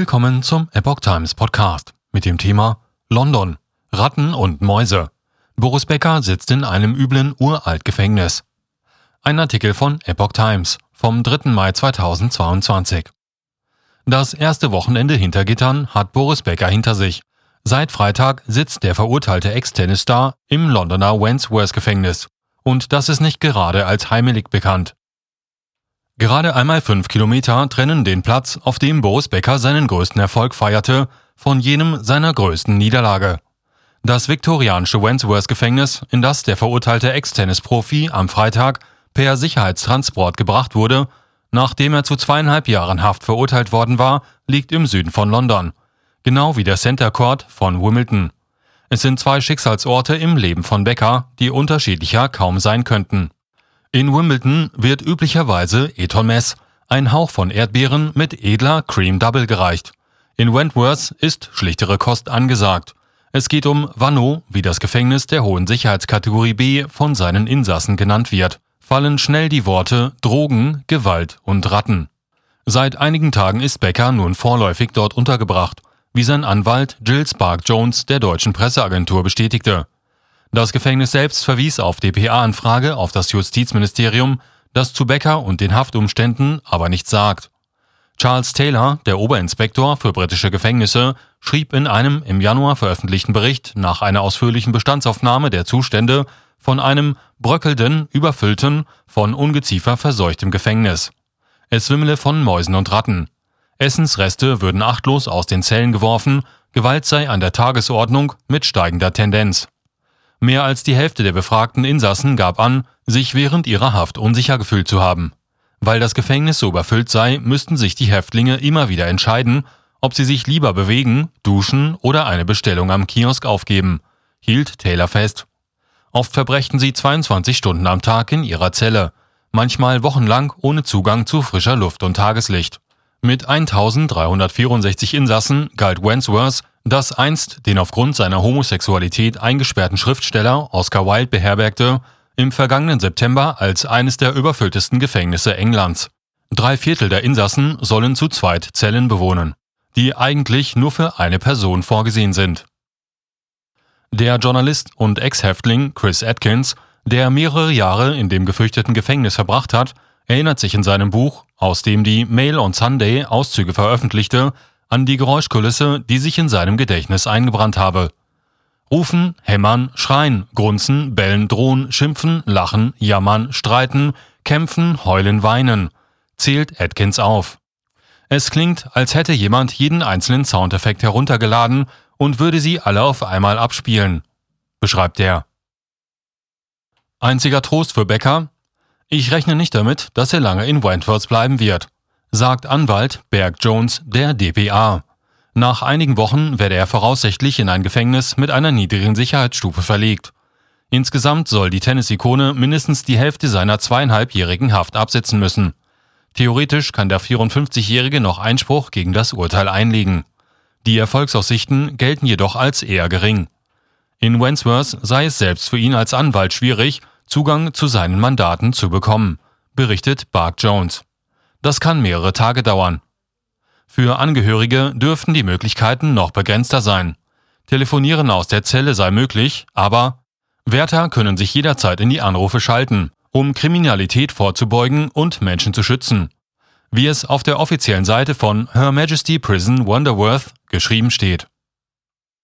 Willkommen zum Epoch Times Podcast mit dem Thema London, Ratten und Mäuse. Boris Becker sitzt in einem üblen Uraltgefängnis. Ein Artikel von Epoch Times vom 3. Mai 2022. Das erste Wochenende hinter Gittern hat Boris Becker hinter sich. Seit Freitag sitzt der verurteilte Ex-Tennisstar im Londoner Wandsworth-Gefängnis. Und das ist nicht gerade als heimelig bekannt. Gerade einmal 5 Kilometer trennen den Platz, auf dem Boris Becker seinen größten Erfolg feierte, von jenem seiner größten Niederlage. Das viktorianische Wandsworth-Gefängnis, in das der verurteilte Ex-Tennisprofi am Freitag per Sicherheitstransport gebracht wurde, nachdem er zu 2,5 Jahren Haft verurteilt worden war, liegt im Süden von London. Genau wie der Centre Court von Wimbledon. Es sind 2 Schicksalsorte im Leben von Becker, die unterschiedlicher kaum sein könnten. In Wimbledon wird üblicherweise Eton Mess, ein Hauch von Erdbeeren mit edler Cream Double gereicht. In Wandsworth ist schlichtere Kost angesagt. Es geht um Wanno, wie das Gefängnis der hohen Sicherheitskategorie B von seinen Insassen genannt wird. Fallen schnell die Worte Drogen, Gewalt und Ratten. Seit einigen Tagen ist Becker nun vorläufig dort untergebracht, wie sein Anwalt Jill Spark-Jones der deutschen Presseagentur bestätigte. Das Gefängnis selbst verwies auf dpa-Anfrage auf das Justizministerium, das zu Becker und den Haftumständen aber nichts sagt. Charles Taylor, der Oberinspektor für britische Gefängnisse, schrieb in einem im Januar veröffentlichten Bericht nach einer ausführlichen Bestandsaufnahme der Zustände von einem bröckelnden, überfüllten, von Ungeziefer verseuchtem Gefängnis. Es wimmele von Mäusen und Ratten. Essensreste würden achtlos aus den Zellen geworfen, Gewalt sei an der Tagesordnung mit steigender Tendenz. Mehr als die Hälfte der befragten Insassen gab an, sich während ihrer Haft unsicher gefühlt zu haben. Weil das Gefängnis so überfüllt sei, müssten sich die Häftlinge immer wieder entscheiden, ob sie sich lieber bewegen, duschen oder eine Bestellung am Kiosk aufgeben, hielt Taylor fest. Oft verbrächten sie 22 Stunden am Tag in ihrer Zelle, manchmal wochenlang ohne Zugang zu frischer Luft und Tageslicht. Mit 1364 Insassen galt Wandsworth, das einst den aufgrund seiner Homosexualität eingesperrten Schriftsteller Oscar Wilde beherbergte, im vergangenen September als eines der überfülltesten Gefängnisse Englands. 3/4 der Insassen sollen zu zweit Zellen bewohnen, die eigentlich nur für eine Person vorgesehen sind. Der Journalist und Ex-Häftling Chris Atkins, der mehrere Jahre in dem gefürchteten Gefängnis verbracht hat, erinnert sich in seinem Buch, aus dem die Mail on Sunday Auszüge veröffentlichte, an die Geräuschkulisse, die sich in seinem Gedächtnis eingebrannt habe. Rufen, hämmern, schreien, grunzen, bellen, drohen, schimpfen, lachen, jammern, streiten, kämpfen, heulen, weinen, zählt Atkins auf. Es klingt, als hätte jemand jeden einzelnen Soundeffekt heruntergeladen und würde sie alle auf einmal abspielen, beschreibt er. Einziger Trost für Becker: Ich rechne nicht damit, dass er lange in Wandsworth bleiben wird, sagt Anwalt Berg Jones der dpa. Nach einigen Wochen werde er voraussichtlich in ein Gefängnis mit einer niedrigen Sicherheitsstufe verlegt. Insgesamt soll die Tennis-Ikone mindestens die Hälfte seiner 2,5-jährigen Haft absitzen müssen. Theoretisch kann der 54-Jährige noch Einspruch gegen das Urteil einlegen. Die Erfolgsaussichten gelten jedoch als eher gering. In Wandsworth sei es selbst für ihn als Anwalt schwierig, Zugang zu seinen Mandaten zu bekommen, berichtet Berg Jones. Das kann mehrere Tage dauern. Für Angehörige dürften die Möglichkeiten noch begrenzter sein. Telefonieren aus der Zelle sei möglich, aber Wärter können sich jederzeit in die Anrufe schalten, um Kriminalität vorzubeugen und Menschen zu schützen. Wie es auf der offiziellen Seite von Her Majesty Prison Wandsworth geschrieben steht.